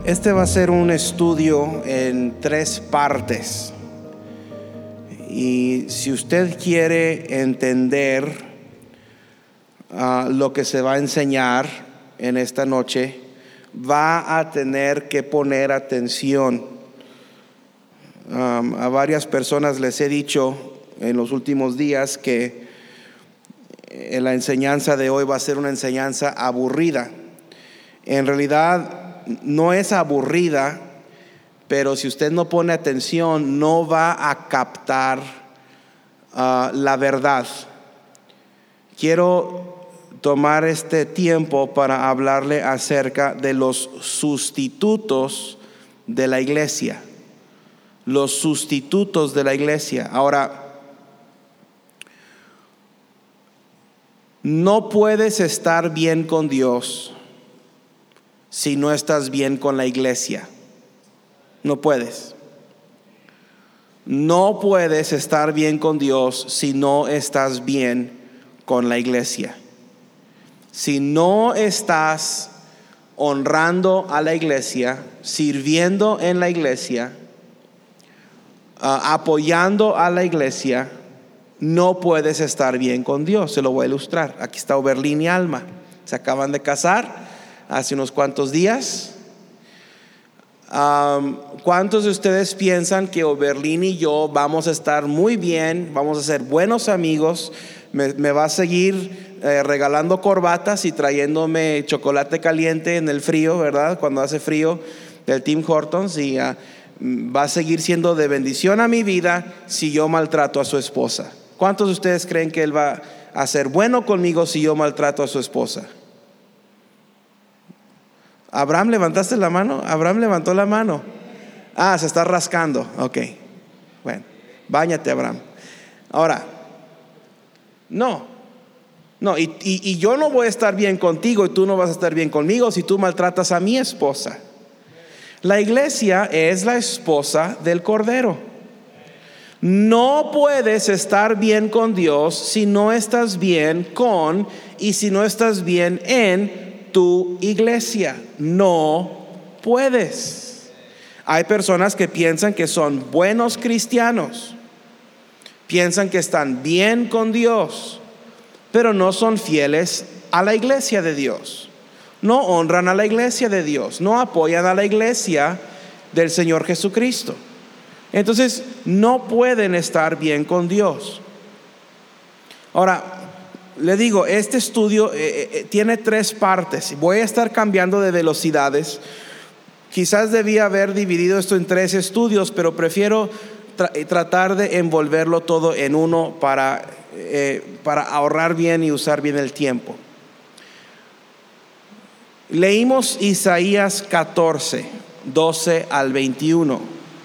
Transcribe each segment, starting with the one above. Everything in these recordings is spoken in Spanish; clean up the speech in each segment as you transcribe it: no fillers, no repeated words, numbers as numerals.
Este va a ser un estudio en 3 partes. Y si usted quiere entender lo que se va a enseñar en esta noche, va a tener que poner atención. A varias personas les he dicho en los últimos días que la enseñanza de hoy va a ser una enseñanza aburrida. En realidad no es aburrida, pero si usted no pone atención no va a captar la verdad. Quiero tomar este tiempo para hablarle acerca de los sustitutos de la iglesia. Los sustitutos de la iglesia. Ahora, no puedes estar bien con Dios si no estás bien con la iglesia. No puedes. No puedes estar bien con Dios si no estás bien con la iglesia. Si no estás honrando a la iglesia, sirviendo en la iglesia, apoyando a la iglesia, no puedes estar bien con Dios. Se lo voy a ilustrar. Aquí está Oberlin y Alma. Se acaban de casar hace unos cuantos días. ¿Cuántos de ustedes piensan que Oberlin y yo vamos a estar muy bien, vamos a ser buenos amigos? Me va a seguir regalando corbatas y trayéndome chocolate caliente en el frío, ¿verdad? Cuando hace frío, del Tim Hortons, y va a seguir siendo de bendición a mi vida si yo maltrato a su esposa. ¿Cuántos de ustedes creen que él va a ser bueno conmigo si yo maltrato a su esposa? Abraham, ¿levantaste la mano? Abraham levantó la mano. Se está rascando. Ok, bueno, báñate, Abraham. Ahora, no, y yo no voy a estar bien contigo y tú no vas a estar bien conmigo si tú maltratas a mi esposa. La iglesia es la esposa del Cordero. No puedes estar bien con Dios si no estás bien con y si no estás bien en tu iglesia. No puedes. Hay personas que piensan que son buenos cristianos, piensan que están bien con Dios, pero no son fieles a la iglesia de Dios. No honran a la iglesia de Dios, no apoyan a la iglesia del Señor Jesucristo. Entonces no pueden estar bien con Dios. Ahora, le digo, este estudio tiene 3 partes. Voy a estar cambiando de velocidades. Quizás debía haber dividido esto en 3 estudios, pero prefiero tratar de envolverlo todo en uno para ahorrar bien y usar bien el tiempo. Leímos Isaías 14, 12 al 21.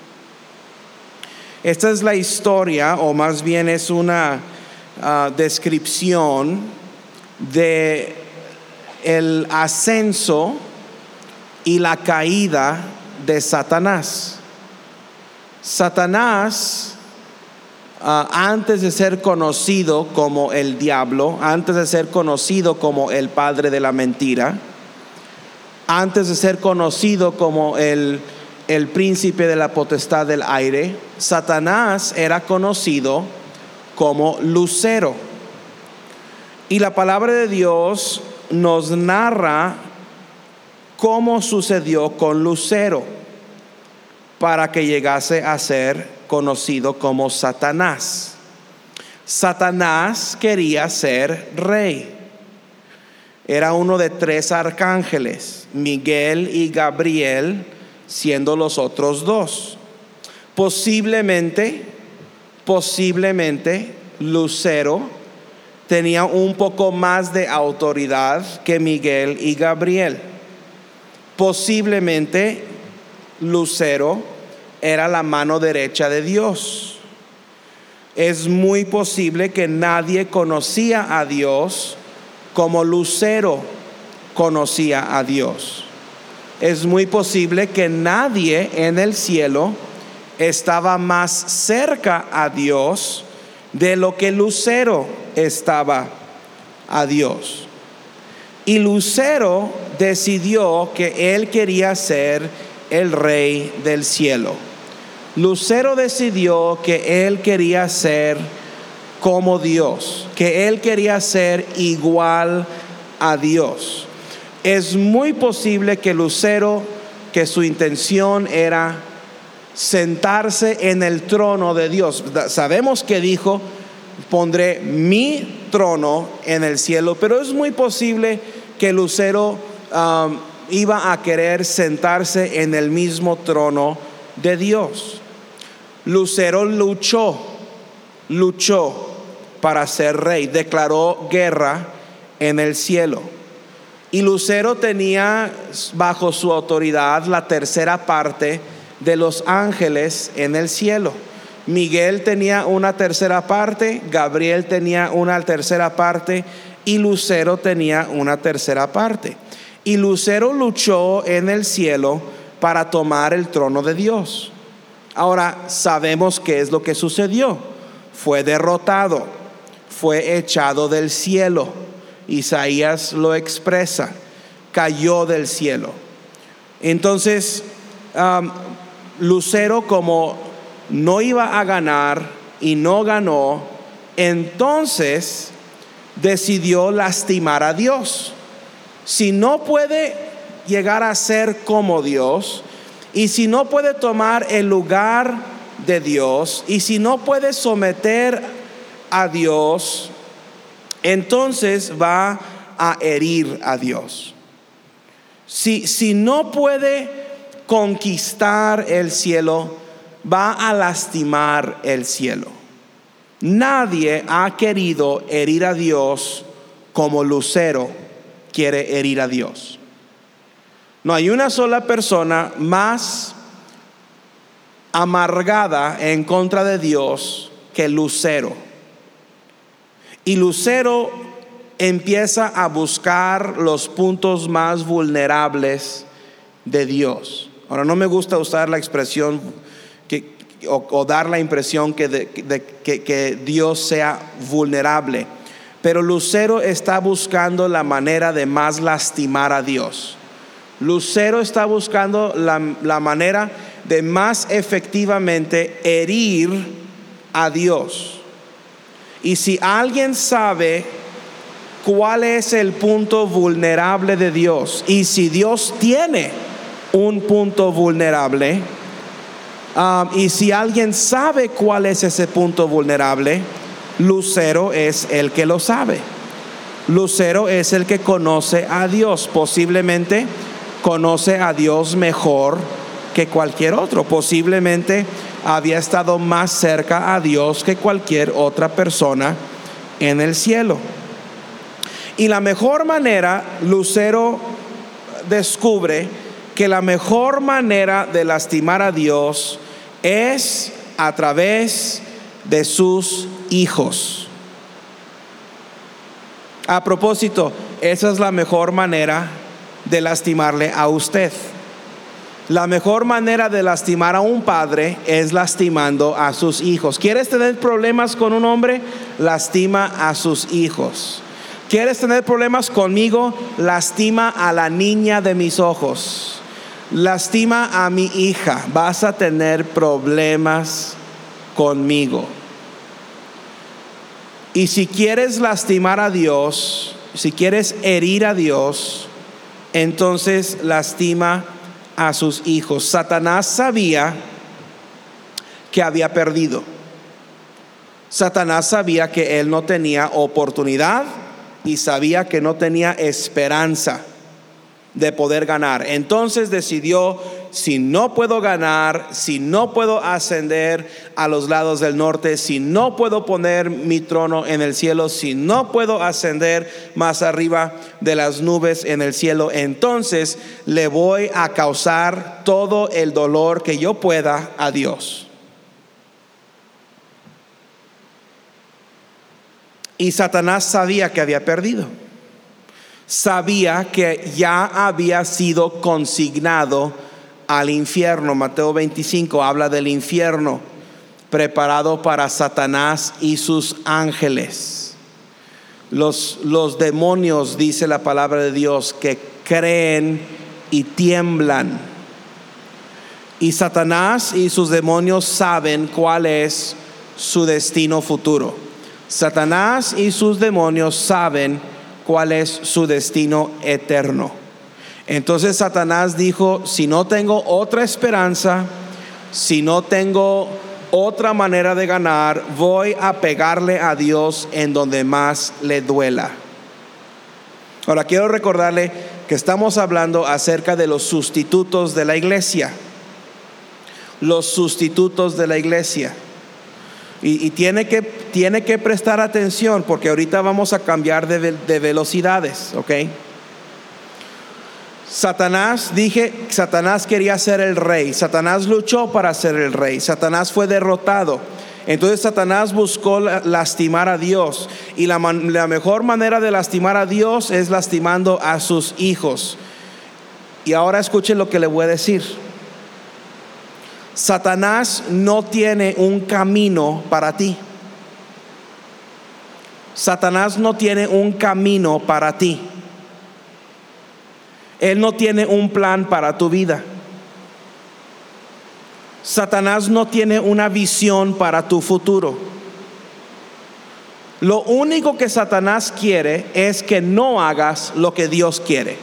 Esta es la historia, o más bien es una descripción de el ascenso y la caída de Satanás. Satanás, antes de ser conocido como el diablo, antes de ser conocido como el padre de la mentira, antes de ser conocido como el príncipe de la potestad del aire, Satanás era conocido como Lucero. Y la palabra de Dios nos narra cómo sucedió con Lucero para que llegase a ser conocido como Satanás. Satanás quería ser rey. Era uno de 3 arcángeles, Miguel y Gabriel, siendo los otros 2. Posiblemente Lucero tenía un poco más de autoridad que Miguel y Gabriel. Posiblemente Lucero era la mano derecha de Dios. Es muy posible que nadie conocía a Dios como Lucero conocía a Dios. Es muy posible que nadie en el cielo estaba más cerca a Dios de lo que Lucero estaba a Dios. Y Lucero decidió que él quería ser el rey del cielo. Lucero decidió que él quería ser como Dios, que él quería ser igual a Dios. Es muy posible que Lucero, que su intención era sentarse en el trono de Dios. Sabemos que dijo: pondré mi trono en el cielo, pero es muy posible que Lucero iba a querer sentarse en el mismo trono de Dios. Lucero luchó para ser rey, declaró guerra en el cielo. Y Lucero tenía bajo su autoridad la tercera parte de los ángeles en el cielo. Miguel tenía una tercera parte, Gabriel tenía una tercera parte y Lucero tenía una tercera parte. Y Lucero luchó en el cielo para tomar el trono de Dios. Ahora sabemos qué es lo que sucedió. Fue derrotado, fue echado del cielo. Isaías lo expresa: cayó del cielo. Entonces Lucero, como no iba a ganar y no ganó, entonces decidió lastimar a Dios. Si no puede llegar a ser como Dios, y si no puede tomar el lugar de Dios, y si no puede someter a Dios, entonces va a herir a Dios. Si no puede conquistar el cielo, va a lastimar el cielo. Nadie ha querido herir a Dios como Lucero quiere herir a Dios. No hay una sola persona más amargada en contra de Dios que Lucero. Y Lucero empieza a buscar los puntos más vulnerables de Dios. Ahora, no me gusta usar la expresión o dar la impresión que Dios sea vulnerable, pero Lucero está buscando la manera de más lastimar a Dios. Lucero está buscando la manera de más efectivamente herir a Dios. Y si alguien sabe cuál es el punto vulnerable de Dios, y si Dios tiene un punto vulnerable, y si alguien sabe cuál es ese punto vulnerable, Lucero es el que lo sabe. Lucero es el que conoce a Dios. Posiblemente conoce a Dios mejor que cualquier otro. Posiblemente había estado más cerca a Dios que cualquier otra persona en el cielo. Y la mejor manera, Lucero descubre que la mejor manera de lastimar a Dios es a través de sus hijos. A propósito, esa es la mejor manera de lastimarle a usted. La mejor manera de lastimar a un padre es lastimando a sus hijos. ¿Quieres tener problemas con un hombre? Lastima a sus hijos. ¿Quieres tener problemas conmigo? Lastima a la niña de mis ojos. Lastima a mi hija. Vas a tener problemas conmigo. Y si quieres lastimar a Dios, si quieres herir a Dios, entonces lastima a sus hijos. Satanás sabía que había perdido. Satanás sabía que él no tenía oportunidad y sabía que no tenía esperanza de poder ganar. Entonces decidió: si no puedo ganar, si no puedo ascender a los lados del norte, si no puedo poner mi trono en el cielo, si no puedo ascender más arriba de las nubes en el cielo, entonces le voy a causar todo el dolor que yo pueda a Dios. Y Satanás sabía que había perdido. Sabía que ya había sido consignado al infierno. Mateo 25 habla del infierno preparado para Satanás y sus ángeles. Los demonios, dice la palabra de Dios, que creen y tiemblan. Y Satanás y sus demonios saben cuál es su destino futuro. Satanás y sus demonios saben cuál es su destino eterno. Entonces Satanás dijo: si no tengo otra esperanza, si no tengo otra manera de ganar, voy a pegarle a Dios en donde más le duela. Ahora quiero recordarle que estamos hablando acerca de los sustitutos de la iglesia. Los sustitutos de la iglesia. Y tiene que prestar atención, porque ahorita vamos a cambiar de velocidades, ¿ok? Satanás quería ser el rey. Satanás luchó para ser el rey. Satanás fue derrotado. Entonces Satanás buscó lastimar a Dios. Y la mejor manera de lastimar a Dios es lastimando a sus hijos. Y ahora escuchen lo que le voy a decir. Satanás no tiene un camino para ti. Satanás no tiene un camino para ti. Él no tiene un plan para tu vida. Satanás no tiene una visión para tu futuro. Lo único que Satanás quiere es que no hagas lo que Dios quiere.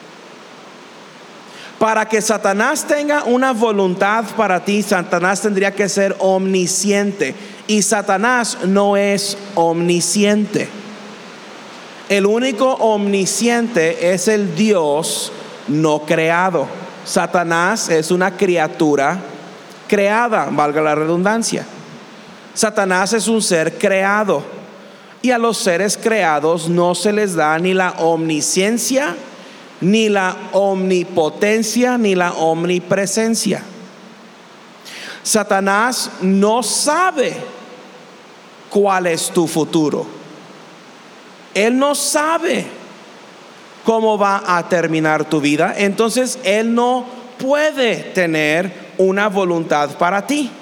Para que Satanás tenga una voluntad para ti, Satanás tendría que ser omnisciente. Y Satanás no es omnisciente. El único omnisciente es el Dios no creado. Satanás es una criatura creada, valga la redundancia. Satanás es un ser creado. Y a los seres creados no se les da ni la omnisciencia, ni la omnipotencia, ni la omnipresencia. Satanás no sabe cuál es tu futuro. Él no sabe cómo va a terminar tu vida. Entonces él no puede tener una voluntad para ti.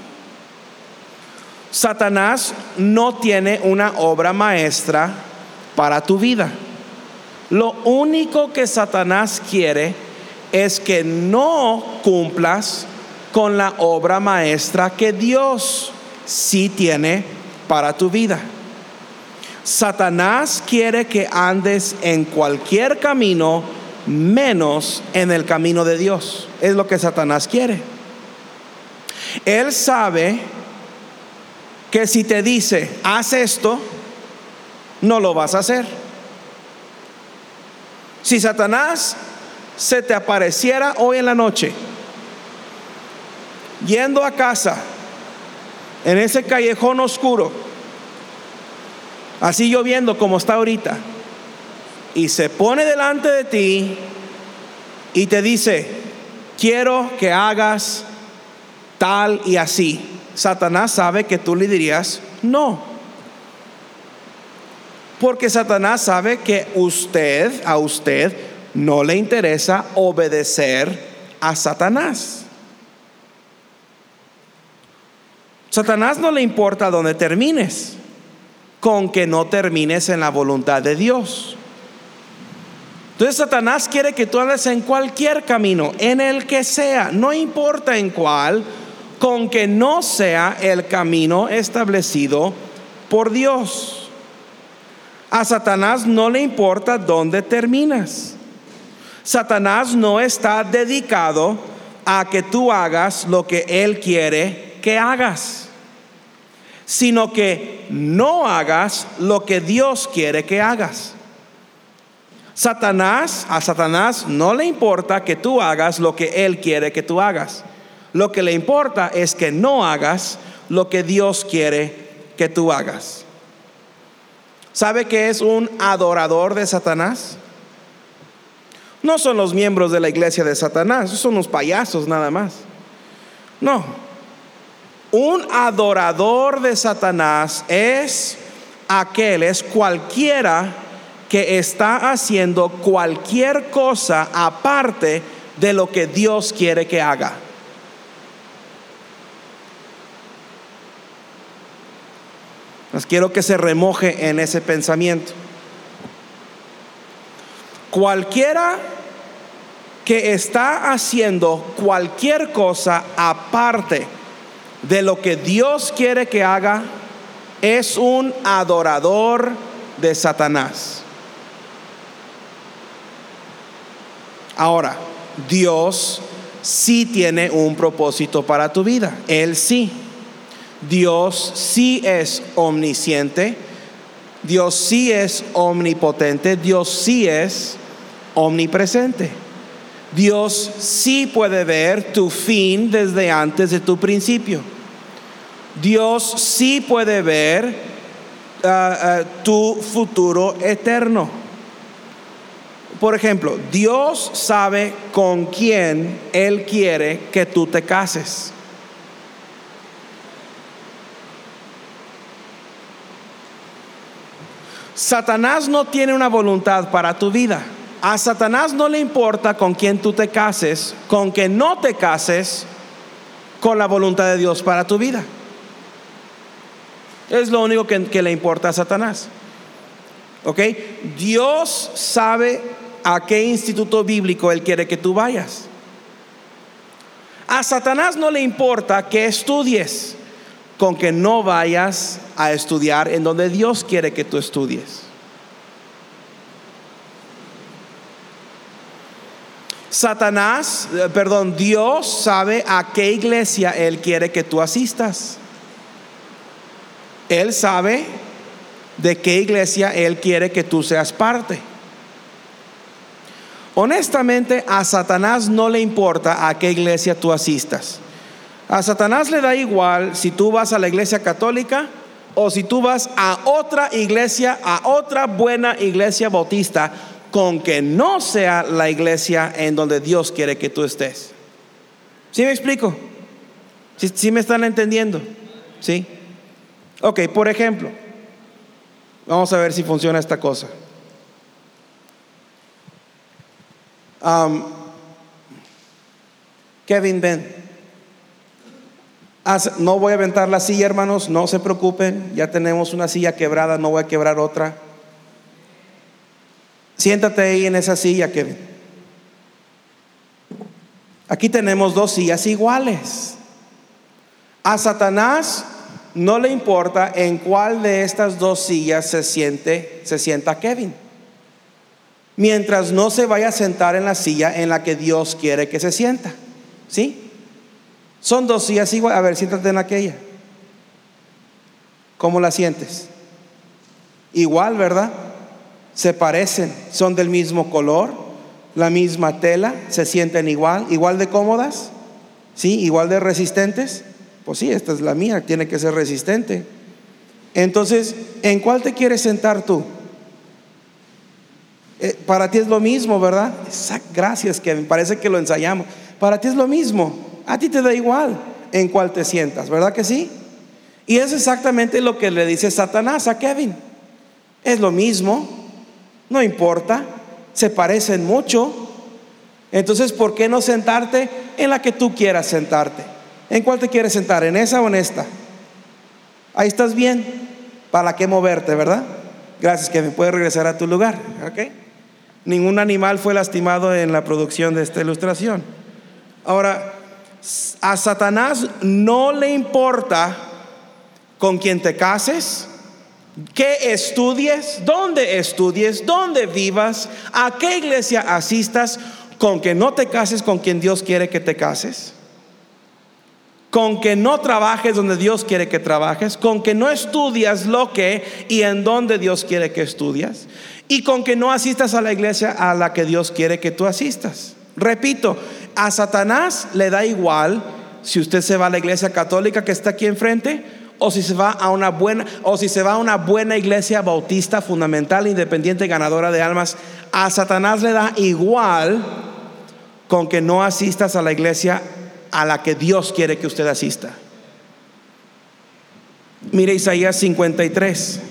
Satanás no tiene una obra maestra para tu vida. Lo único que Satanás quiere es que no cumplas con la obra maestra que Dios sí tiene para tu vida. Satanás quiere que andes en cualquier camino menos en el camino de Dios. Es lo que Satanás quiere. Él sabe que si te dice haz esto, no lo vas a hacer. Si Satanás se te apareciera hoy en la noche, yendo a casa, en ese callejón oscuro, así lloviendo como está ahorita, y se pone delante de ti y te dice: quiero que hagas tal y así, Satanás sabe que tú le dirías no. Porque Satanás sabe que a usted no le interesa obedecer a Satanás. Satanás no le importa dónde termines, con que no termines en la voluntad de Dios. Entonces Satanás quiere que tú andes en cualquier camino, en el que sea, no importa en cuál, con que no sea el camino establecido por Dios. A Satanás no le importa dónde terminas. Satanás no está dedicado a que tú hagas lo que él quiere que hagas, sino que no hagas lo que Dios quiere que hagas. A Satanás no le importa que tú hagas lo que él quiere que tú hagas. Lo que le importa es que no hagas lo que Dios quiere que tú hagas. ¿Sabe qué es un adorador de Satanás? No son los miembros de la iglesia de Satanás, son unos payasos nada más. No. Un adorador de Satanás es cualquiera que está haciendo cualquier cosa aparte de lo que Dios quiere que haga. Pues quiero que se remoje en ese pensamiento. Cualquiera que está haciendo cualquier cosa aparte de lo que Dios quiere que haga es un adorador de Satanás. Ahora, Dios sí tiene un propósito para tu vida. Él sí. Dios sí es omnisciente. Dios sí es omnipotente. Dios sí es omnipresente. Dios sí puede ver tu fin desde antes de tu principio. Dios sí puede ver tu futuro eterno. Por ejemplo, Dios sabe con quién Él quiere que tú te cases. Satanás no tiene una voluntad para tu vida. A Satanás no le importa con quién tú te cases, con que no te cases con la voluntad de Dios para tu vida. Es lo único que le importa a Satanás. ¿Ok? Dios sabe a qué instituto bíblico Él quiere que tú vayas. A Satanás no le importa que estudies, con que no vayas a estudiar en donde Dios quiere que tú estudies. Dios sabe a qué iglesia Él quiere que tú asistas. Él sabe de qué iglesia Él quiere que tú seas parte. Honestamente, a Satanás no le importa a qué iglesia tú asistas. A Satanás le da igual si tú vas a la iglesia católica o si tú vas a otra iglesia, a otra buena iglesia bautista, con que no sea la iglesia en donde Dios quiere que tú estés. ¿Sí me explico? ¿Sí me están entendiendo? ¿Sí? Ok, por ejemplo, vamos a ver si funciona esta cosa. Kevin, ven. No voy a aventar la silla, hermanos, no se preocupen. Ya tenemos una silla quebrada, no voy a quebrar otra. Siéntate ahí en esa silla, Kevin. Aquí tenemos dos sillas iguales. A Satanás no le importa en cuál de estas dos sillas se sienta Kevin, mientras no se vaya a sentar en la silla en la que Dios quiere que se sienta. ¿Sí? Son dos sillas iguales. A ver, siéntate en aquella. ¿Cómo la sientes? Igual, ¿verdad? Se parecen, son del mismo color, la misma tela, se sienten igual de cómodas, ¿sí? Igual de resistentes. Pues sí, esta es la mía, tiene que ser resistente. Entonces, ¿en cuál te quieres sentar tú? Para ti es lo mismo, ¿verdad? Gracias, Kevin, parece que lo ensayamos. Para ti es lo mismo, a ti te da igual en cuál te sientas, ¿verdad que sí? Y es exactamente lo que le dice Satanás a Kevin. Es lo mismo, no importa, se parecen mucho. Entonces, ¿por qué no sentarte en la que tú quieras sentarte? ¿En cuál te quieres sentar? ¿En esa o en esta? Ahí estás bien. ¿Para qué moverte, verdad? Gracias, Kevin, puedes regresar a tu lugar. ¿Ok? Ningún animal fue lastimado en la producción de esta ilustración. Ahora, a Satanás no le importa con quién te cases, qué estudies, dónde vivas, a qué iglesia asistas, con que no te cases con quien Dios quiere que te cases, con que no trabajes donde Dios quiere que trabajes, con que no estudias lo que y en donde Dios quiere que estudias, y con que no asistas a la iglesia a la que Dios quiere que tú asistas. Repito, a Satanás le da igual si usted se va a la iglesia católica que está aquí enfrente, o si se va a una buena iglesia bautista, fundamental, independiente, ganadora de almas. A Satanás le da igual con que no asistas a la iglesia a la que Dios quiere que usted asista. Mire Isaías 53.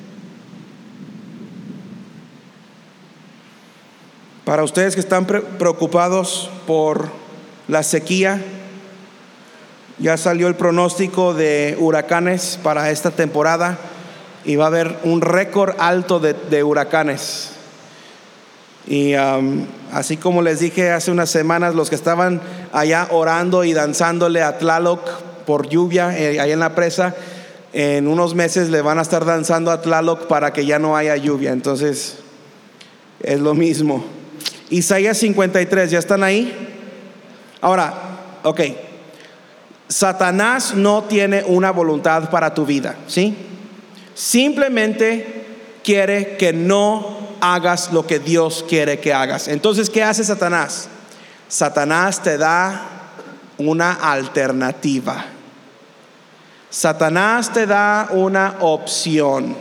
Para ustedes que están preocupados por la sequía, ya salió el pronóstico de huracanes para esta temporada y va a haber un récord alto de huracanes. Y así como les dije hace unas semanas, los que estaban allá orando y danzándole a Tlaloc por lluvia, allá en la presa, en unos meses le van a estar danzando a Tlaloc para que ya no haya lluvia. Entonces es lo mismo. Isaías 53, ¿ya están ahí? Ahora, ok, Satanás no tiene una voluntad para tu vida, ¿sí? Simplemente quiere que no hagas lo que Dios quiere que hagas. Entonces, ¿qué hace Satanás? Satanás te da una alternativa. Satanás te da una opción.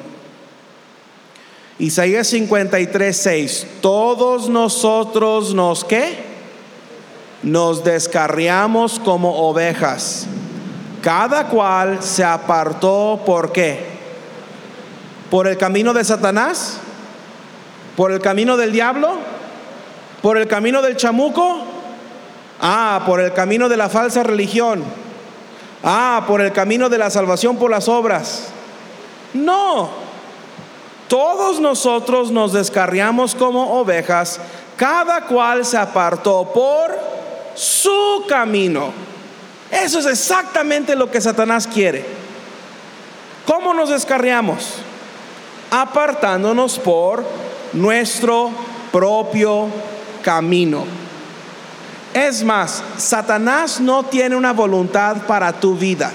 Isaías 53:6. Todos nosotros nos ¿qué? Nos descarriamos como ovejas. Cada cual se apartó ¿por qué? ¿Por el camino de Satanás? ¿Por el camino del diablo? ¿Por el camino del chamuco? Por el camino de la falsa religión. Por el camino de la salvación por las obras. No. Todos nosotros nos descarriamos como ovejas, cada cual se apartó por su camino. Eso es exactamente lo que Satanás quiere. ¿Cómo nos descarriamos? Apartándonos por nuestro propio camino. Es más, Satanás no tiene una voluntad para tu vida.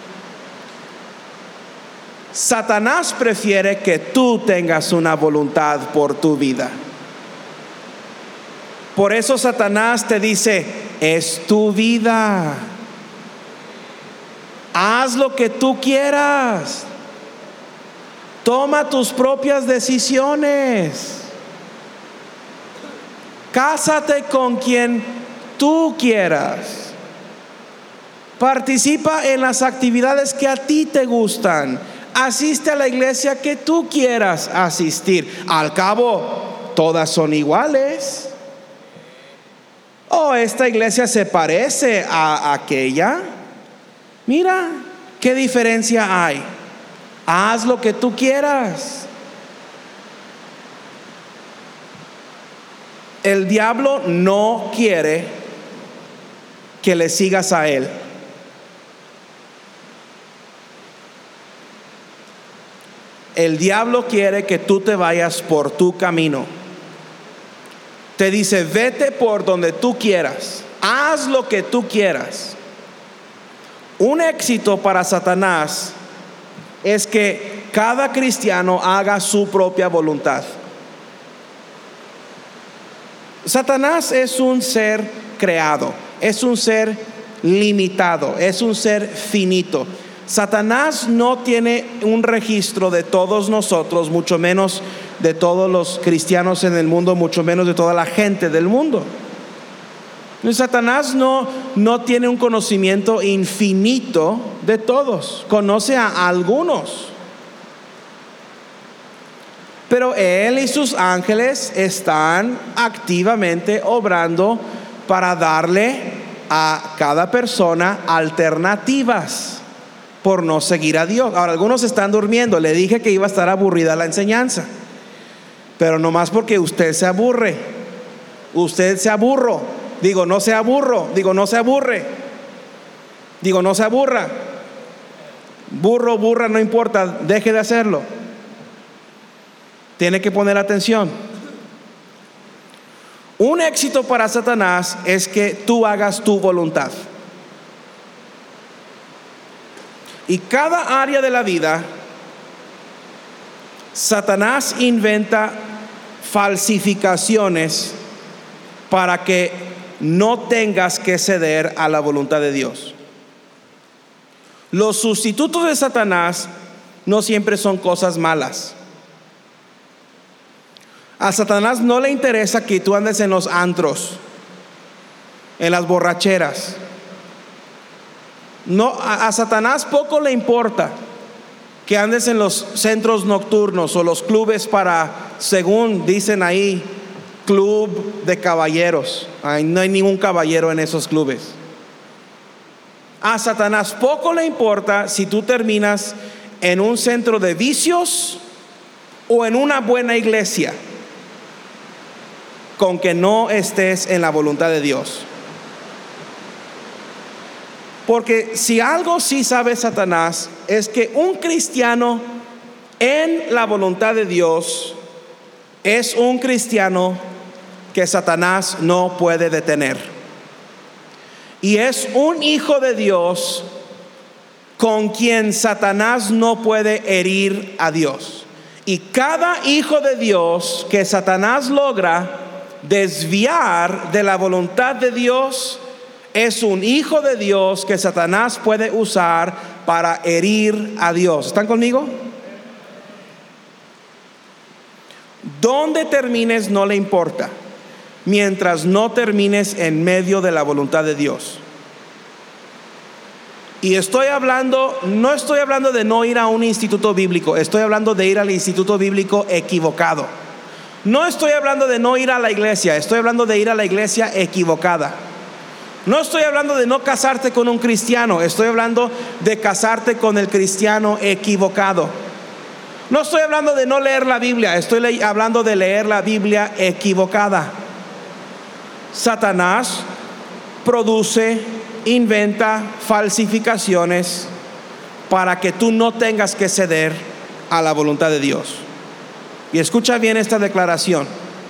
Satanás prefiere que tú tengas una voluntad por tu vida. Por eso Satanás te dice: es tu vida, haz lo que tú quieras, toma tus propias decisiones, cásate con quien tú quieras, participa en las actividades que a ti te gustan, asiste a la iglesia que tú quieras asistir. Al cabo, todas son iguales. Esta iglesia se parece a aquella. Mira, ¿qué diferencia hay? Haz lo que tú quieras. El diablo no quiere que le sigas a él. El diablo quiere que tú te vayas por tu camino. Te dice: vete por donde tú quieras, haz lo que tú quieras. Un éxito para Satanás es que cada cristiano haga su propia voluntad. Satanás es un ser creado, es un ser limitado, es un ser finito. Satanás no tiene un registro de todos nosotros, mucho menos de todos los cristianos en el mundo, mucho menos de toda la gente del mundo. Satanás no tiene un conocimiento infinito de todos, conoce a algunos. Pero él y sus ángeles están activamente obrando para darle a cada persona alternativas por no seguir a Dios. Ahora, algunos están durmiendo. Le dije que iba a estar aburrida la enseñanza, pero nomás porque usted se aburre. Usted se aburro. Digo, no se aburro. Digo, no se aburre. Digo, no se aburra. Burro, burra, no importa, deje de hacerlo. Tiene que poner atención. Un éxito para Satanás es que tú hagas tu voluntad. Y cada área de la vida, Satanás inventa falsificaciones para que no tengas que ceder a la voluntad de Dios. Los sustitutos de Satanás no siempre son cosas malas. A Satanás no le interesa que tú andes en los antros, en las borracheras. No, a Satanás poco le importa que andes en los centros nocturnos o los clubes para, según dicen ahí, club de caballeros. No hay ningún caballero en esos clubes. A Satanás poco le importa si tú terminas en un centro de vicios o en una buena iglesia. con que no estés en la voluntad de Dios. Porque si algo sí sabe Satanás, es que un cristiano en la voluntad de Dios es un cristiano que Satanás no puede detener. Y es un hijo de Dios con quien Satanás no puede herir a Dios. Y cada hijo de Dios que Satanás logra desviar de la voluntad de Dios es un hijo de Dios que Satanás puede usar para herir a Dios. ¿Están conmigo? Donde termines no le importa, mientras no termines en medio de la voluntad de Dios. Y no estoy hablando de no ir a un instituto bíblico, estoy hablando de ir al instituto bíblico equivocado. No estoy hablando de no ir a la iglesia, estoy hablando de ir a la iglesia equivocada. No estoy hablando de no casarte con un cristiano, estoy hablando de casarte con el cristiano equivocado. No estoy hablando de no leer la Biblia, estoy hablando de leer la Biblia equivocada. Satanás produce, inventa falsificaciones para que tú no tengas que ceder a la voluntad de Dios. Y escucha bien esta declaración: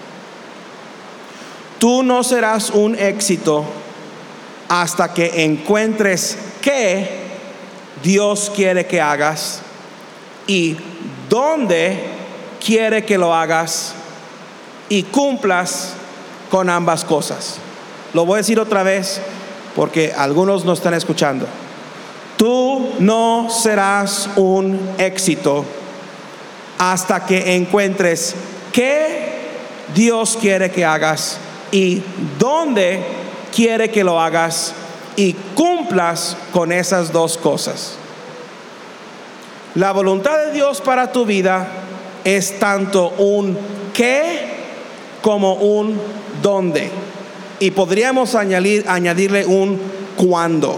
tú no serás un éxito hasta que encuentres qué Dios quiere que hagas y dónde quiere que lo hagas y cumplas con ambas cosas. Lo voy a decir otra vez porque algunos no están escuchando. Tú no serás un éxito hasta que encuentres qué Dios quiere que hagas y dónde quiere que lo hagas y cumplas con esas dos cosas. La voluntad de Dios para tu vida es tanto un qué como un dónde. Y podríamos añadirle un cuándo.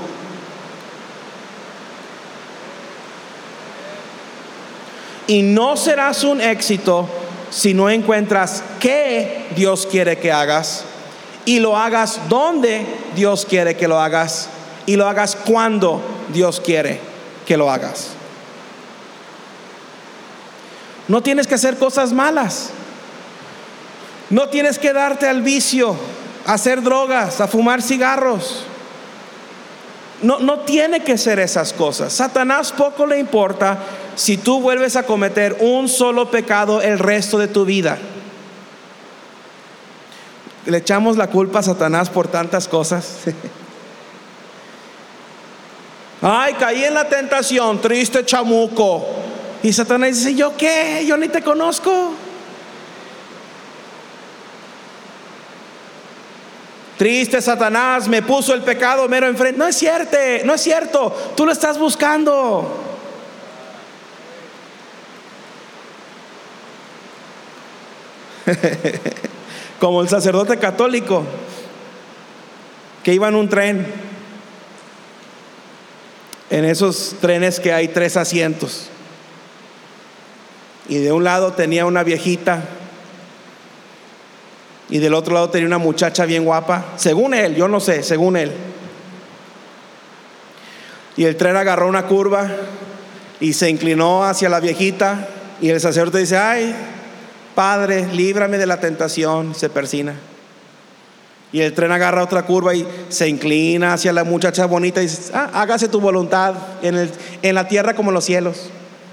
Y no serás un éxito si no encuentras qué Dios quiere que hagas y lo hagas donde Dios quiere que lo hagas y lo hagas cuando Dios quiere que lo hagas. No tienes que hacer cosas malas. No tienes que darte al vicio, a hacer drogas, a fumar cigarros. No tiene que ser esas cosas. Satanás poco le importa si tú vuelves a cometer un solo pecado el resto de tu vida. Le echamos la culpa a Satanás por tantas cosas. Ay, caí en la tentación, triste chamuco. Y Satanás dice: ¿yo qué? Yo ni te conozco. Triste Satanás, me puso el pecado mero enfrente. No es cierto, tú lo estás buscando. Como el sacerdote católico que iba en un tren, en esos trenes que hay 3 asientos, y de un lado tenía una viejita y del otro lado tenía una muchacha bien guapa, según él, yo no sé, según él. Y el tren agarró una curva y se inclinó hacia la viejita, y el sacerdote dice: ay, Padre, líbrame de la tentación. Se persina. Y el tren agarra otra curva y se inclina hacia la muchacha bonita y dice: hágase tu voluntad en la tierra como en los cielos.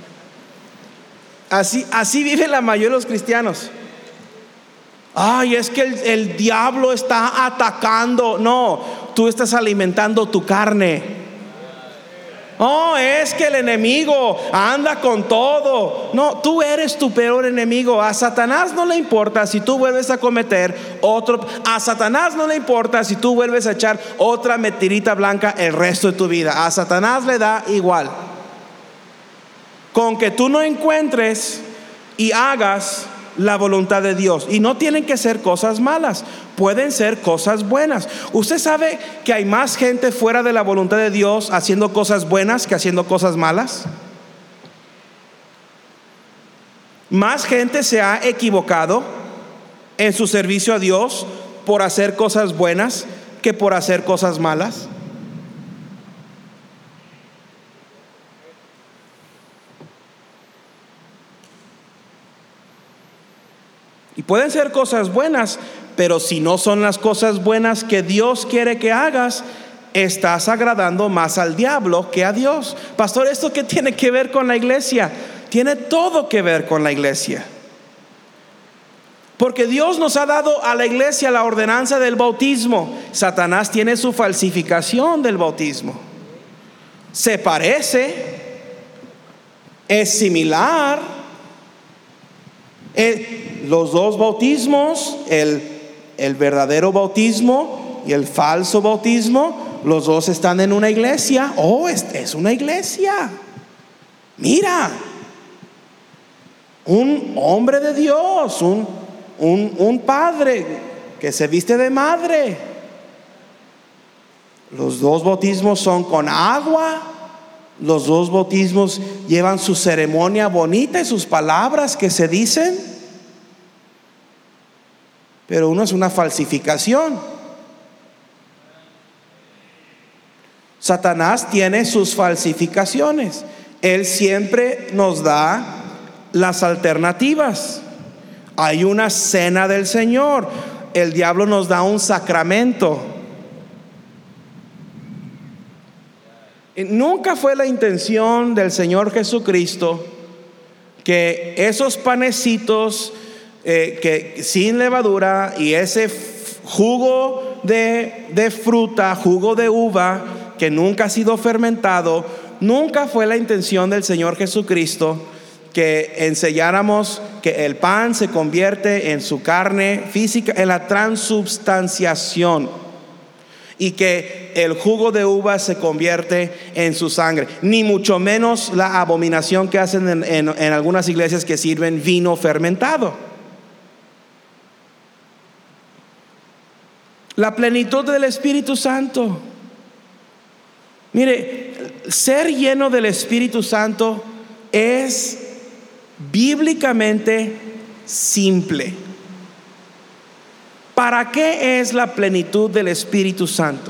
Así viven la mayoría de los cristianos. Ay, es que el diablo está atacando. No, tú estás alimentando tu carne. Oh, es que el enemigo anda con todo. No, tú eres tu peor enemigo. A Satanás no le importa si tú vuelves a cometer otro. A Satanás no le importa si tú vuelves a echar otra mentirita blanca el resto de tu vida. A Satanás le da igual. Con que tú no encuentres y hagas la voluntad de Dios. Y no tienen que ser cosas malas, pueden ser cosas buenas. Usted sabe que hay más gente fuera de la voluntad de Dios haciendo cosas buenas que haciendo cosas malas. Más gente se ha equivocado en su servicio a Dios por hacer cosas buenas que por hacer cosas malas? Y pueden ser cosas buenas, pero si no son las cosas buenas que Dios quiere que hagas, estás agradando más al diablo que a Dios. Pastor, ¿esto qué tiene que ver con la iglesia? Tiene todo que ver con la iglesia. Porque Dios nos ha dado a la iglesia la ordenanza del bautismo. Satanás tiene su falsificación del bautismo. Se parece, es similar. Los dos bautismos, el verdadero bautismo y el falso bautismo, los dos están en una iglesia. Oh, es una iglesia. Mira, un hombre de Dios, un padre que se viste de madre. Los dos bautismos son con agua. Los dos bautismos llevan su ceremonia bonita y sus palabras que se dicen. Pero uno es una falsificación. Satanás tiene sus falsificaciones. Él siempre nos da las alternativas. Hay una cena del Señor. El diablo nos da un sacramento. Nunca fue la intención del Señor Jesucristo que esos panecitos que sin levadura y ese jugo de fruta, jugo de uva que nunca ha sido fermentado, nunca fue la intención del Señor Jesucristo que enseñáramos que el pan se convierte en su carne física, en la transubstanciación, y que el jugo de uva se convierte en su sangre, ni mucho menos la abominación que hacen en algunas iglesias que sirven vino fermentado. La plenitud del Espíritu Santo. Mire, ser lleno del Espíritu Santo es bíblicamente simple. ¿Para qué es la plenitud del Espíritu Santo?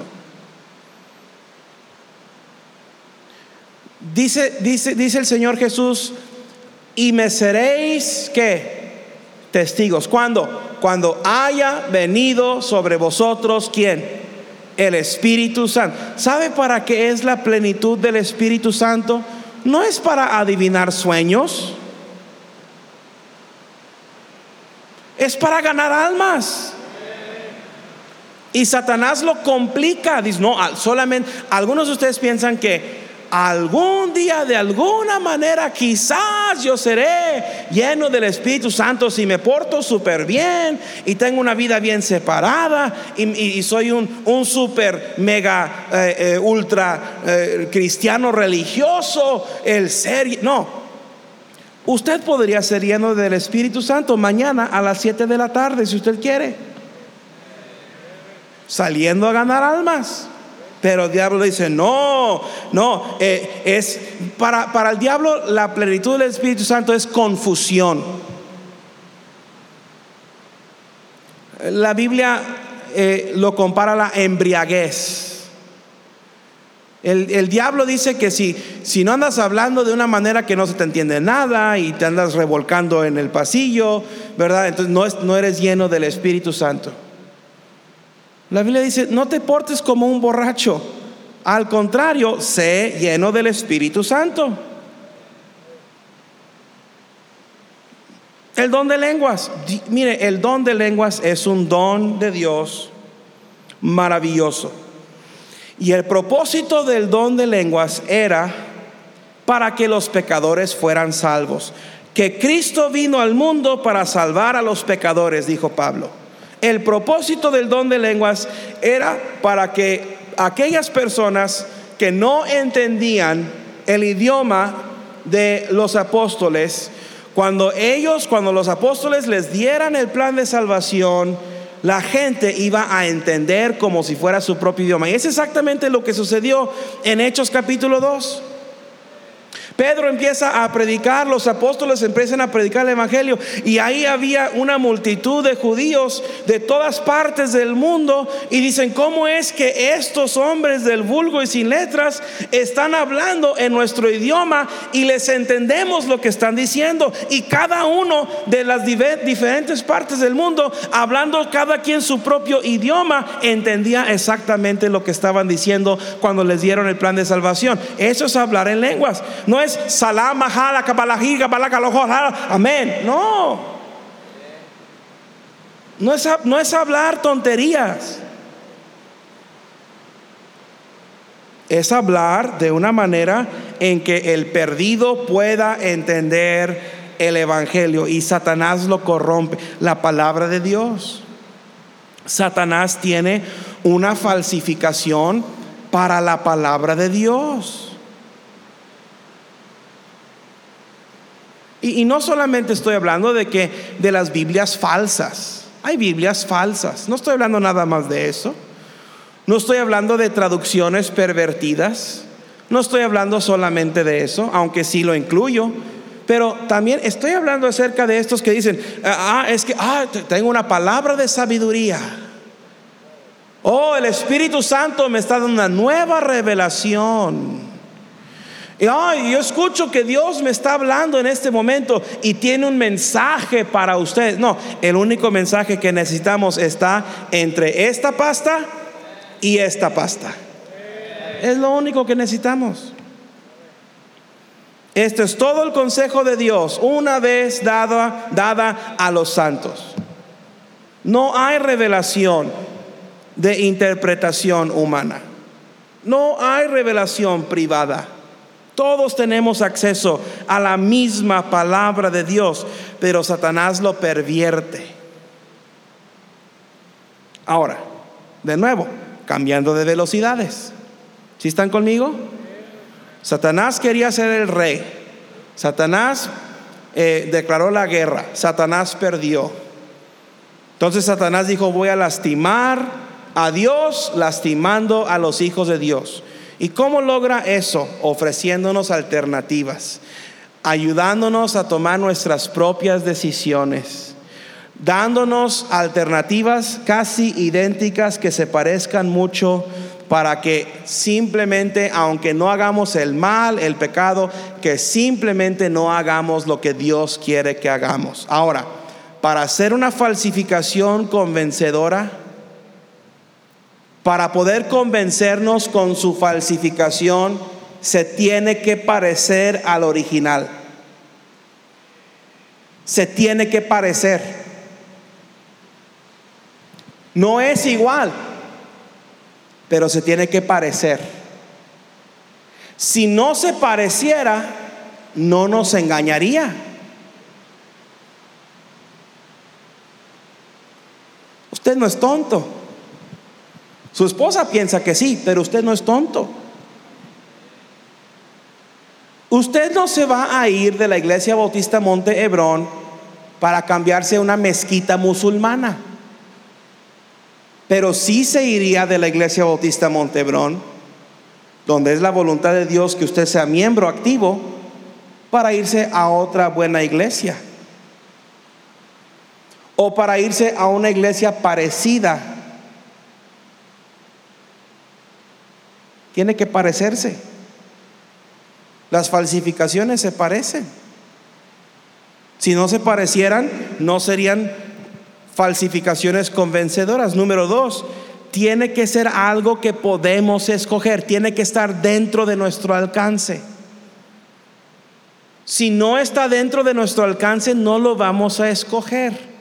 Dice el Señor Jesús: y me seréis, ¿qué? Testigos. ¿Cuándo? Cuando haya venido sobre vosotros, ¿quién? El Espíritu Santo. ¿Sabe para qué es la plenitud del Espíritu Santo? No es para adivinar sueños. Es para ganar almas. Y Satanás lo complica. Dice, no, solamente algunos de ustedes piensan que algún día, de alguna manera, quizás yo seré lleno del Espíritu Santo si me porto súper bien y tengo una vida bien separada y soy un súper mega ultra cristiano religioso. No, usted podría ser lleno del Espíritu Santo mañana a las 7 de la tarde si usted quiere, saliendo a ganar almas. Pero el diablo dice, no, es para el diablo la plenitud del Espíritu Santo es confusión. La Biblia lo compara a la embriaguez. El diablo dice que si no andas hablando de una manera que no se te entiende nada y te andas revolcando en el pasillo, ¿verdad? Entonces no eres lleno del Espíritu Santo. La Biblia dice, no te portes como un borracho. Al contrario, sé lleno del Espíritu Santo. El don de lenguas. Mire, el don de lenguas es un don de Dios maravilloso. Y el propósito del don de lenguas era para que los pecadores fueran salvos. Que Cristo vino al mundo para salvar a los pecadores, dijo Pablo. El propósito del don de lenguas era para que aquellas personas que no entendían el idioma de los apóstoles, cuando los apóstoles les dieran el plan de salvación, la gente iba a entender como si fuera su propio idioma. Y es exactamente lo que sucedió en Hechos capítulo 2. Pedro empieza a predicar, los apóstoles empiezan a predicar el evangelio, y ahí había una multitud de judíos de todas partes del mundo, y dicen: ¿cómo es que estos hombres del vulgo y sin letras están hablando en nuestro idioma y les entendemos lo que están diciendo? Y cada uno de las diferentes partes del mundo, hablando cada quien su propio idioma, entendía exactamente lo que estaban diciendo cuando les dieron el plan de salvación. Eso es hablar en lenguas. No es salam, majala, kabalají, kabalakalojola, amén. No es hablar tonterías. Es hablar de una manera en que el perdido pueda entender el evangelio, y Satanás lo corrompe. La palabra de Dios. Satanás tiene una falsificación para la palabra de Dios. Y no solamente estoy hablando de las Biblias falsas. Hay Biblias falsas. No estoy hablando nada más de eso. No estoy hablando de traducciones pervertidas. No estoy hablando solamente de eso, aunque sí lo incluyo. Pero también estoy hablando acerca de estos que dicen: tengo una palabra de sabiduría. El Espíritu Santo me está dando una nueva revelación. Yo escucho que Dios me está hablando en este momento y tiene un mensaje para ustedes. No, el único mensaje que necesitamos está entre esta pasta y esta pasta. Es lo único que necesitamos. Este es todo el consejo de Dios, una vez dada a los santos. No hay revelación de interpretación humana. No hay revelación privada. Todos tenemos acceso a la misma palabra de Dios, pero Satanás lo pervierte. Ahora, de nuevo, cambiando de velocidades. ¿Sí están conmigo? Satanás quería ser el rey. Satanás declaró la guerra. Satanás perdió. Entonces Satanás dijo: voy a lastimar a Dios lastimando a los hijos de Dios. ¿Y cómo logra eso? Ofreciéndonos alternativas, ayudándonos a tomar nuestras propias decisiones, dándonos alternativas casi idénticas que se parezcan mucho, para que simplemente, aunque no hagamos el mal, el pecado, que simplemente no hagamos lo que Dios quiere que hagamos. Ahora, para hacer una falsificación convencedora, para poder convencernos con su falsificación, se tiene que parecer al original. Se tiene que parecer. No es igual, pero se tiene que parecer. Si no se pareciera, no nos engañaría. Usted no es tonto. Su esposa piensa que sí, pero usted no es tonto. Usted no se va a ir de la Iglesia Bautista Monte Hebrón para cambiarse a una mezquita musulmana, pero sí se iría de la Iglesia Bautista Monte Hebrón, donde es la voluntad de Dios que usted sea miembro activo, para irse a otra buena iglesia, o para irse a una iglesia parecida. Tiene que parecerse. Las falsificaciones se parecen. Si no se parecieran, no serían falsificaciones convencedoras. Número 2, tiene que ser algo que podemos escoger. Tiene que estar dentro de nuestro alcance. Si no está dentro de nuestro alcance, no lo vamos a escoger.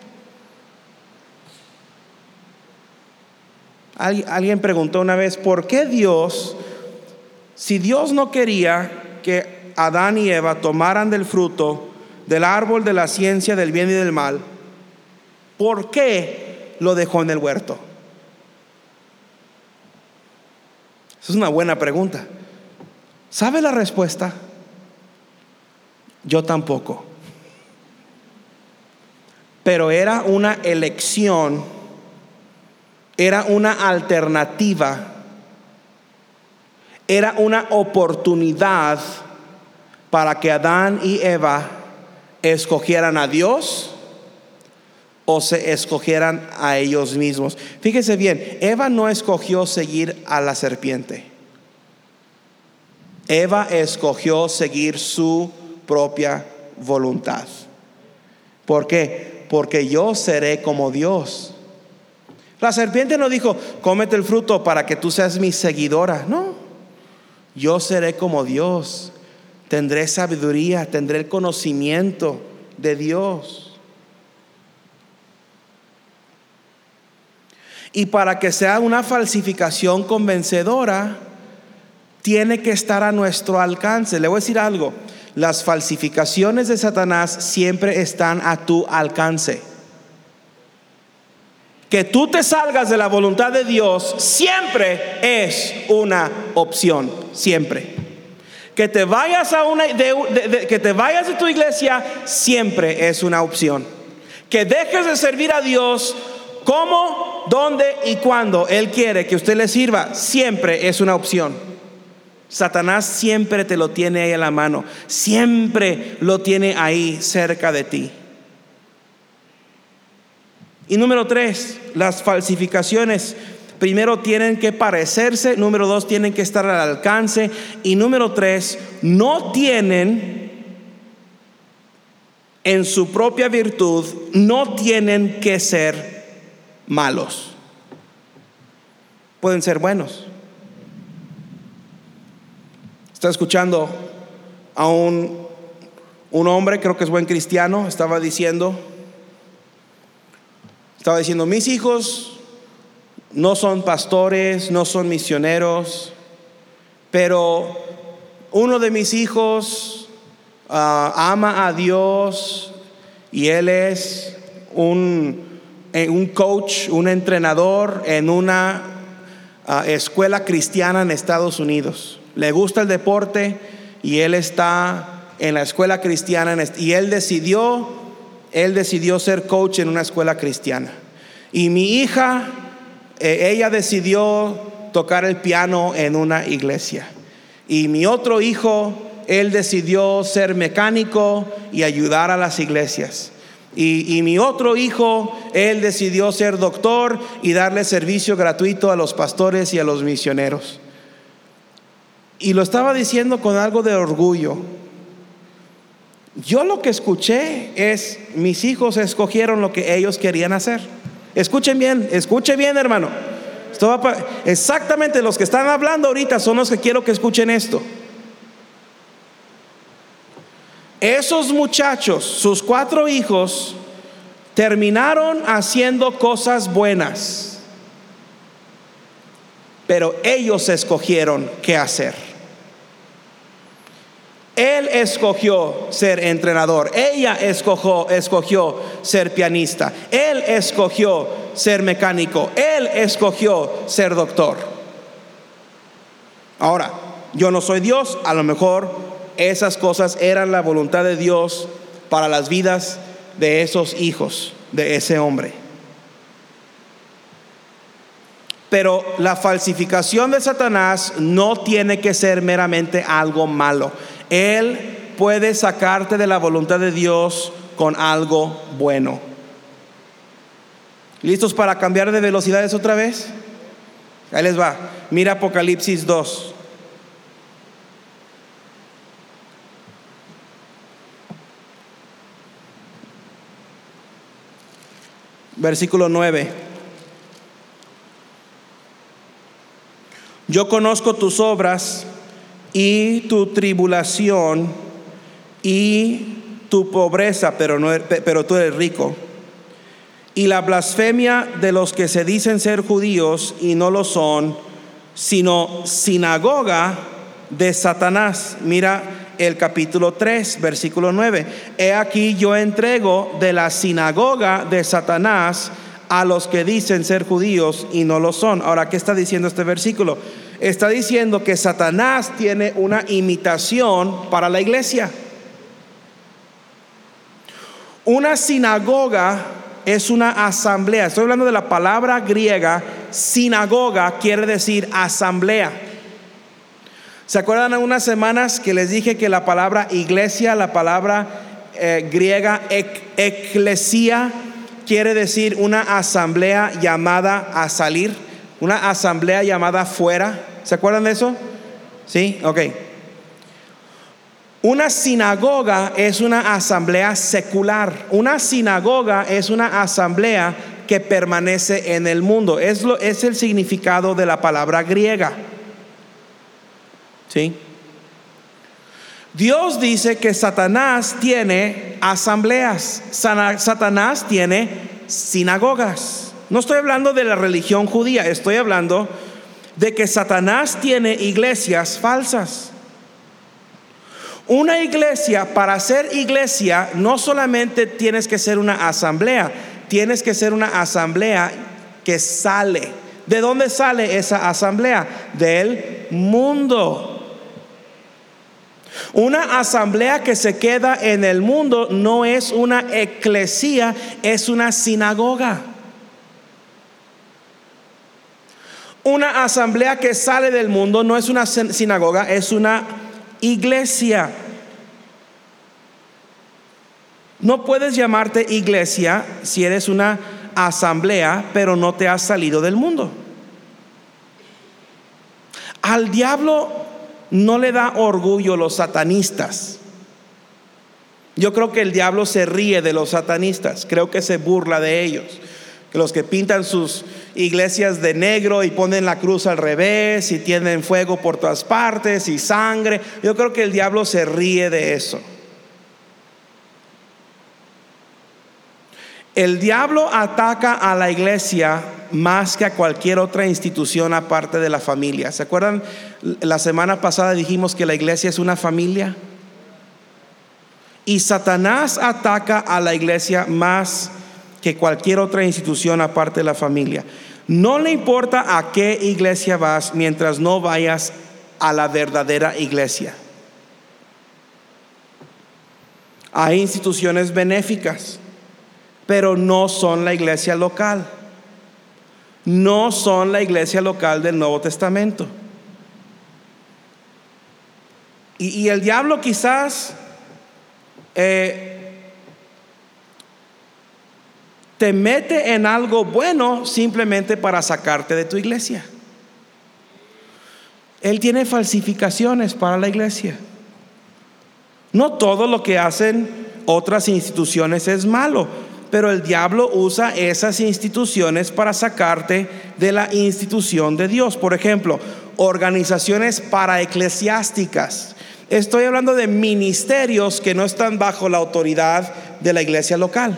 Alguien preguntó una vez: ¿por qué Dios, si Dios no quería que Adán y Eva tomaran del fruto del árbol de la ciencia del bien y del mal, por qué lo dejó en el huerto? Esa es una buena pregunta. ¿Sabe la respuesta? Yo tampoco. Pero era una elección, era una alternativa, era una oportunidad para que Adán y Eva escogieran a Dios o se escogieran a ellos mismos. Fíjese bien, Eva no escogió seguir a la serpiente. Eva escogió seguir su propia voluntad. ¿Por qué? Porque yo seré como Dios. La serpiente no dijo, cómete el fruto para que tú seas mi seguidora. No, yo seré como Dios. Tendré sabiduría, tendré el conocimiento de Dios. Y para que sea una falsificación convencedora, tiene que estar a nuestro alcance. Le voy a decir algo. Las falsificaciones de Satanás siempre están a tu alcance. Que tú te salgas de la voluntad de Dios siempre es una opción, siempre. Que te vayas que te vayas de tu iglesia siempre es una opción. Que dejes de servir a Dios como, dónde y cuándo Él quiere que usted le sirva siempre es una opción. Satanás siempre te lo tiene ahí en la mano, siempre lo tiene ahí cerca de ti. Y número 3, las falsificaciones primero tienen que parecerse, número 2 tienen que estar al alcance, y número 3 no tienen en su propia virtud, no tienen que ser malos. Pueden ser buenos. Estaba escuchando a un hombre, creo que es buen cristiano, estaba diciendo, mis hijos no son pastores, no son misioneros, pero uno de mis hijos ama a Dios y él es un coach, un entrenador en una escuela cristiana en Estados Unidos. Le gusta el deporte y él está en la escuela cristiana y él decidió ser coach en una escuela cristiana. Y mi hija, ella decidió tocar el piano en una iglesia. Y mi otro hijo, él decidió ser mecánico y ayudar a las iglesias. Y mi otro hijo, él decidió ser doctor y darle servicio gratuito a los pastores y a los misioneros. Y lo estaba diciendo con algo de orgullo. Yo lo que escuché es, mis hijos escogieron lo que ellos querían hacer. Escuche bien, hermano. Exactamente los que están hablando ahorita son los que quiero que escuchen esto. Esos muchachos, sus 4 hijos, terminaron haciendo cosas buenas, pero ellos escogieron qué hacer. Él escogió ser entrenador, ella escogió ser pianista, él escogió ser mecánico, él escogió ser doctor. Ahora, yo no soy Dios, a lo mejor esas cosas eran la voluntad de Dios para las vidas de esos hijos, de ese hombre. Pero la falsificación de Satanás no tiene que ser meramente algo malo. Él puede sacarte de la voluntad de Dios con algo bueno. ¿Listos para cambiar de velocidades otra vez? Ahí les va. Mira Apocalipsis 2. Versículo 9. Yo conozco tus obras y tu tribulación y tu pobreza, pero tú eres rico, y la blasfemia de los que se dicen ser judíos y no lo son, sino sinagoga de Satanás. Mira el capítulo 3, versículo 9. He aquí yo entrego de la sinagoga de Satanás a los que dicen ser judíos y no lo son. Ahora, ¿qué está diciendo este versículo? Está diciendo que Satanás tiene una imitación para la iglesia. Una sinagoga es una asamblea. Estoy hablando de la palabra griega. Sinagoga quiere decir asamblea. ¿Se acuerdan unas semanas que les dije que la palabra iglesia, la palabra griega eclesia, quiere decir una asamblea llamada a salir, una asamblea llamada fuera? ¿Se acuerdan de eso? Sí, ok. Una sinagoga es una asamblea secular. Una sinagoga es una asamblea que permanece en el mundo. Es el significado de la palabra griega. ¿Sí? Dios dice que Satanás tiene asambleas. Satanás tiene sinagogas. No estoy hablando de la religión judía, estoy hablando de que Satanás tiene iglesias falsas. Una iglesia, para ser iglesia, no solamente tienes que ser una asamblea, tienes que ser una asamblea que sale. ¿De dónde sale esa asamblea? Del mundo. Una asamblea que se queda en el mundo no es una eclesía, es una sinagoga. Una asamblea que sale del mundo no es una sinagoga, es una iglesia. No puedes llamarte iglesia si eres una asamblea, pero no te has salido del mundo. Al diablo no le da orgullo los satanistas. Yo creo que el diablo se ríe de los satanistas, creo que se burla de ellos. Que los que pintan sus iglesias de negro y ponen la cruz al revés y tienen fuego por todas partes y sangre, yo creo que el diablo se ríe de eso. El diablo ataca a la iglesia más que a cualquier otra institución aparte de la familia. ¿Se acuerdan? La semana pasada dijimos que la iglesia es una familia. Y Satanás ataca a la iglesia más que cualquier otra institución aparte de la familia. No le importa a qué iglesia vas mientras no vayas a la verdadera iglesia. Hay instituciones benéficas, pero no son la iglesia local. No son la iglesia local del Nuevo Testamento. Y el diablo quizás te mete en algo bueno simplemente para sacarte de tu iglesia. Él tiene falsificaciones para la iglesia. No todo lo que hacen otras instituciones es malo, pero el diablo usa esas instituciones para sacarte de la institución de Dios. Por ejemplo, organizaciones paraeclesiásticas. Estoy hablando de ministerios que no están bajo la autoridad de la iglesia local.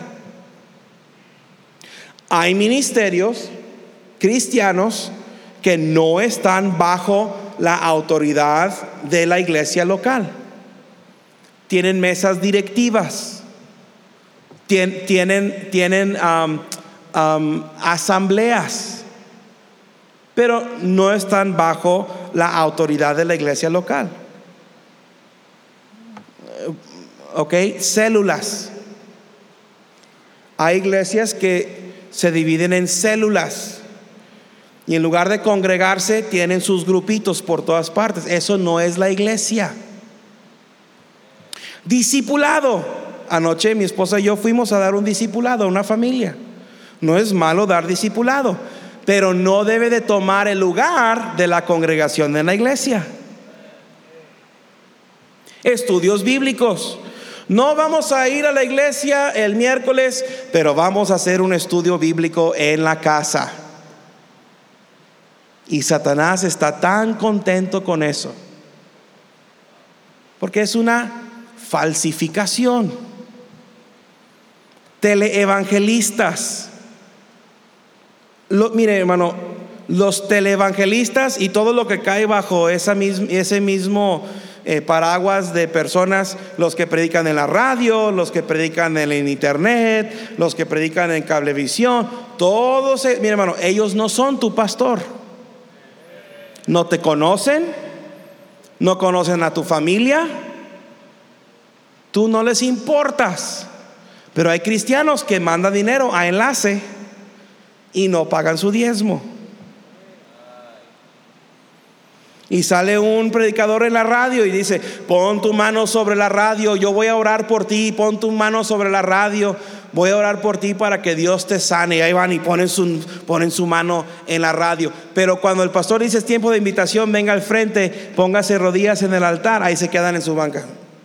Hay ministerios cristianos que no están bajo la autoridad de la iglesia local. Tienen mesas directivas, tienen asambleas, pero no están bajo la autoridad de la iglesia local. Ok, células. Hay iglesias que se dividen en células y en lugar de congregarse tienen sus grupitos por todas partes. Eso no es la iglesia. Discipulado. Anoche mi esposa y yo fuimos a dar un discipulado a una familia. No es malo dar discipulado, pero no debe de tomar el lugar de la congregación de la iglesia. Estudios bíblicos. No vamos a ir a la iglesia el miércoles, pero vamos a hacer un estudio bíblico en la casa. Y Satanás está tan contento con eso, porque es una falsificación. Teleevangelistas. Mire, hermano, los teleevangelistas y todo lo que cae bajo ese mismo paraguas de personas, los que predican en la radio, los que predican en internet, los que predican en cablevisión, todos, mire, hermano, ellos no son tu pastor. No te conocen, no conocen a tu familia, tú no les importas. Pero hay cristianos que mandan dinero a enlace y no pagan su diezmo. Y sale un predicador en la radio y dice: pon tu mano sobre la radio, yo voy a orar por ti, pon tu mano sobre la radio, voy a orar por ti para que Dios te sane. Y ahí van y ponen su mano en la radio. Pero cuando el pastor dice: es tiempo de invitación, venga al frente, póngase rodillas en el altar, ahí se quedan en su banca.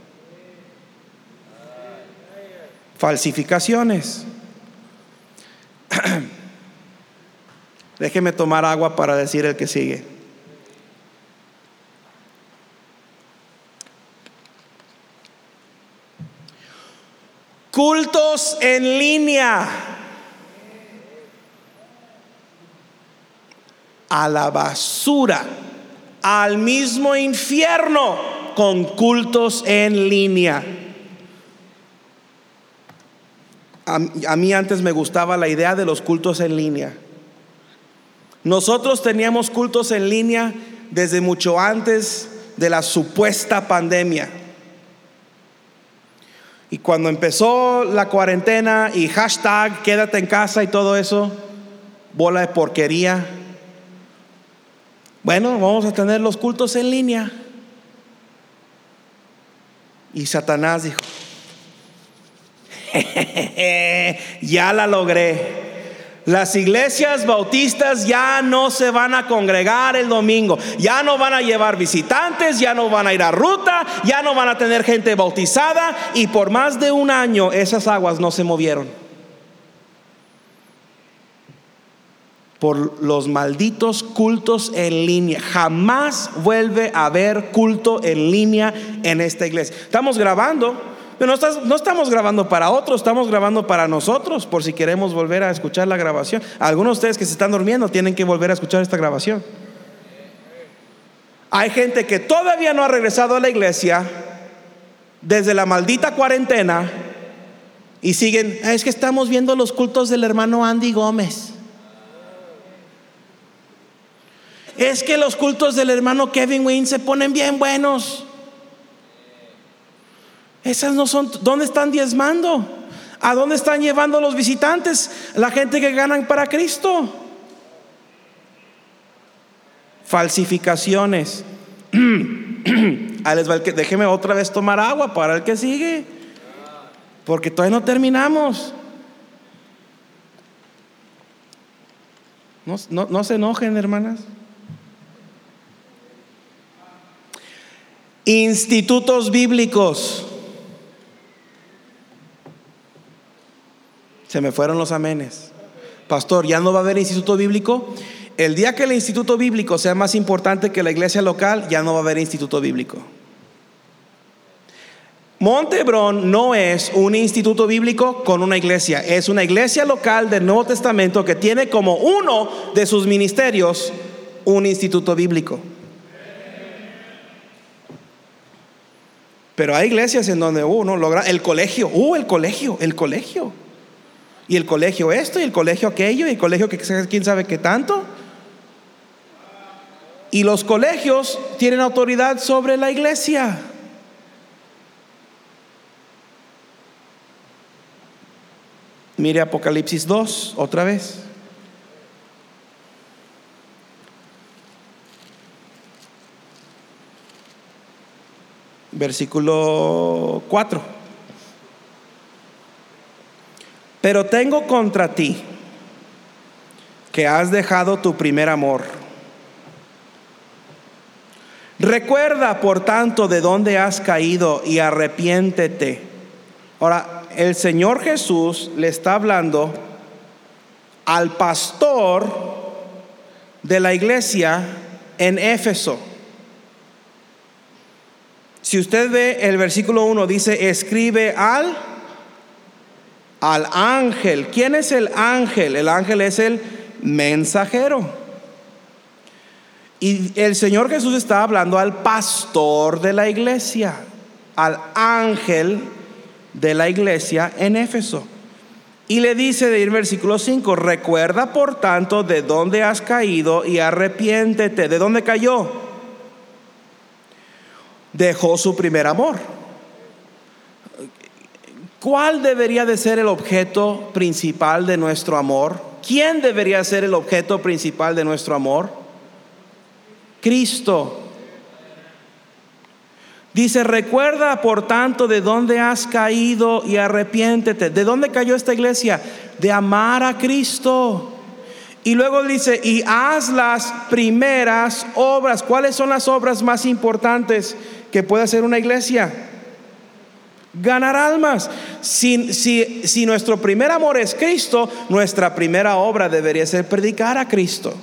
Falsificaciones. Déjeme tomar agua para decir el que sigue. Cultos en línea. A la basura, al mismo infierno con cultos en línea. A mí antes me gustaba la idea de los cultos en línea. Nosotros teníamos cultos en línea desde mucho antes de la supuesta pandemia. Y cuando empezó la cuarentena y hashtag quédate en casa y todo eso, bola de porquería. Bueno, vamos a tener los cultos en línea. Y Satanás dijo: ya la logré. Las iglesias bautistas ya no se van a congregar el domingo, ya no van a llevar visitantes, ya no van a ir a ruta, ya no van a tener gente bautizada. Y por más de un año esas aguas no se movieron por los malditos cultos en línea. Jamás vuelve a haber culto en línea en esta iglesia. Estamos grabando, pero no estamos grabando para otros, estamos grabando para nosotros, por si queremos volver a escuchar la grabación. Algunos de ustedes que se están durmiendo tienen que volver a escuchar esta grabación. Hay gente que todavía no ha regresado a la iglesia desde la maldita cuarentena y siguen: es que estamos viendo los cultos del hermano Andy Gómez. Es que los cultos del hermano Kevin Wynn se ponen bien buenos. Esas no son. ¿Dónde están diezmando? ¿A dónde están llevando los visitantes? La gente que ganan para Cristo. Falsificaciones. Déjeme otra vez tomar agua para el que sigue, porque todavía no terminamos. No se enojen, hermanas. Institutos bíblicos. Se me fueron los amenes. Pastor, ¿ya no va a haber instituto bíblico? El día que el instituto bíblico sea más importante que la iglesia local, ya no va a haber instituto bíblico. Monte Hebrón no es un instituto bíblico con una iglesia. Es una iglesia local del Nuevo Testamento que tiene como uno de sus ministerios un instituto bíblico. Pero hay iglesias en donde uno logra el colegio. El colegio. Y el colegio esto, y el colegio aquello, y el colegio que quién sabe qué tanto. Y los colegios tienen autoridad sobre la iglesia. Mire Apocalipsis 2 otra vez. Versículo 4. Pero tengo contra ti que has dejado tu primer amor. Recuerda, por tanto, de dónde has caído y arrepiéntete. Ahora, el Señor Jesús le está hablando al pastor de la iglesia en Éfeso. Si usted ve el versículo 1, dice: escribe al ángel. ¿Quién es el ángel? El ángel es el mensajero. Y el Señor Jesús está hablando al pastor de la iglesia, al ángel de la iglesia en Éfeso. Y le dice en el versículo 5: recuerda por tanto de dónde has caído y arrepiéntete. ¿De dónde cayó? Dejó su primer amor. ¿Cuál debería de ser el objeto principal de nuestro amor? ¿Quién debería ser el objeto principal de nuestro amor? Cristo. Dice, recuerda por tanto de dónde has caído y arrepiéntete. ¿De dónde cayó esta iglesia? De amar a Cristo. Y luego dice, y haz las primeras obras. ¿Cuáles son las obras más importantes que puede hacer una iglesia? Ganar almas. Si nuestro primer amor es Cristo, nuestra primera obra debería ser predicar a Cristo.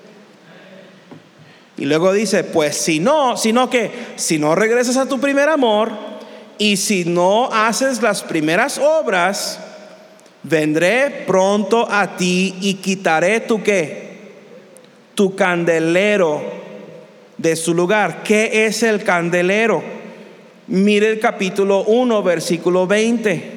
Y luego dice, pues si no regresas a tu primer amor, y si no haces las primeras obras, vendré pronto a ti y quitaré tu ¿qué? Tu candelero de su lugar. ¿Qué es el candelero? Mire el capítulo 1, versículo 20.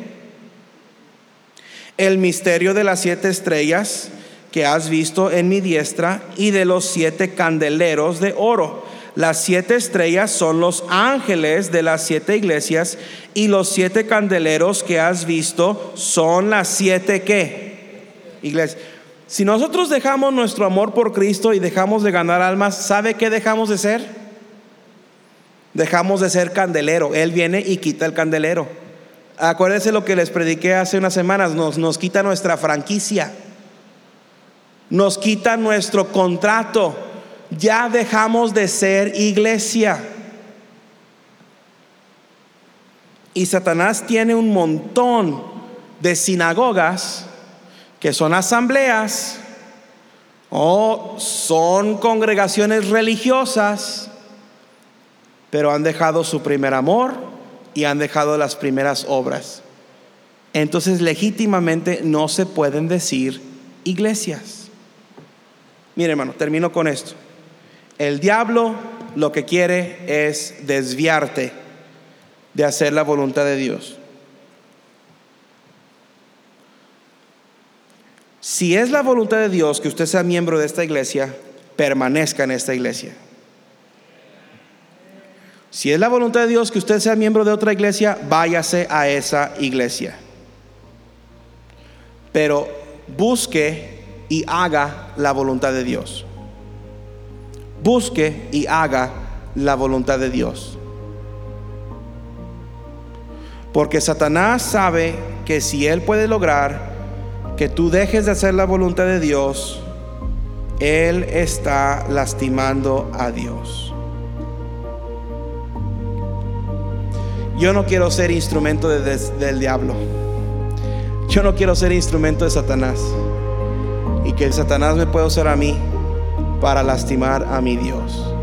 El misterio de las 7 estrellas que has visto en mi diestra y de los 7 candeleros de oro. Las 7 estrellas son los ángeles de las 7 iglesias, y los 7 candeleros que has visto son las 7 ¿qué? Iglesias. Si nosotros dejamos nuestro amor por Cristo y dejamos de ganar almas, ¿sabe qué dejamos de ser? Dejamos de ser candelero. Él viene y quita el candelero. Acuérdense lo que les prediqué hace unas semanas. Nos quita nuestra franquicia, nos quita nuestro contrato. Ya dejamos de ser iglesia. Y Satanás tiene un montón de sinagogas que son asambleas o son congregaciones religiosas, pero han dejado su primer amor y han dejado las primeras obras. Entonces legítimamente no se pueden decir iglesias. Mire, hermano, termino con esto. El diablo lo que quiere es desviarte de hacer la voluntad de Dios. Si es la voluntad de Dios que usted sea miembro de esta iglesia, permanezca en esta iglesia. Si es la voluntad de Dios que usted sea miembro de otra iglesia, váyase a esa iglesia. Pero busque y haga la voluntad de Dios. Busque y haga la voluntad de Dios. Porque Satanás sabe que si él puede lograr que tú dejes de hacer la voluntad de Dios, él está lastimando a Dios. Yo no quiero ser instrumento del diablo. Yo no quiero ser instrumento de Satanás, y que el Satanás me pueda usar a mí para lastimar a mi Dios.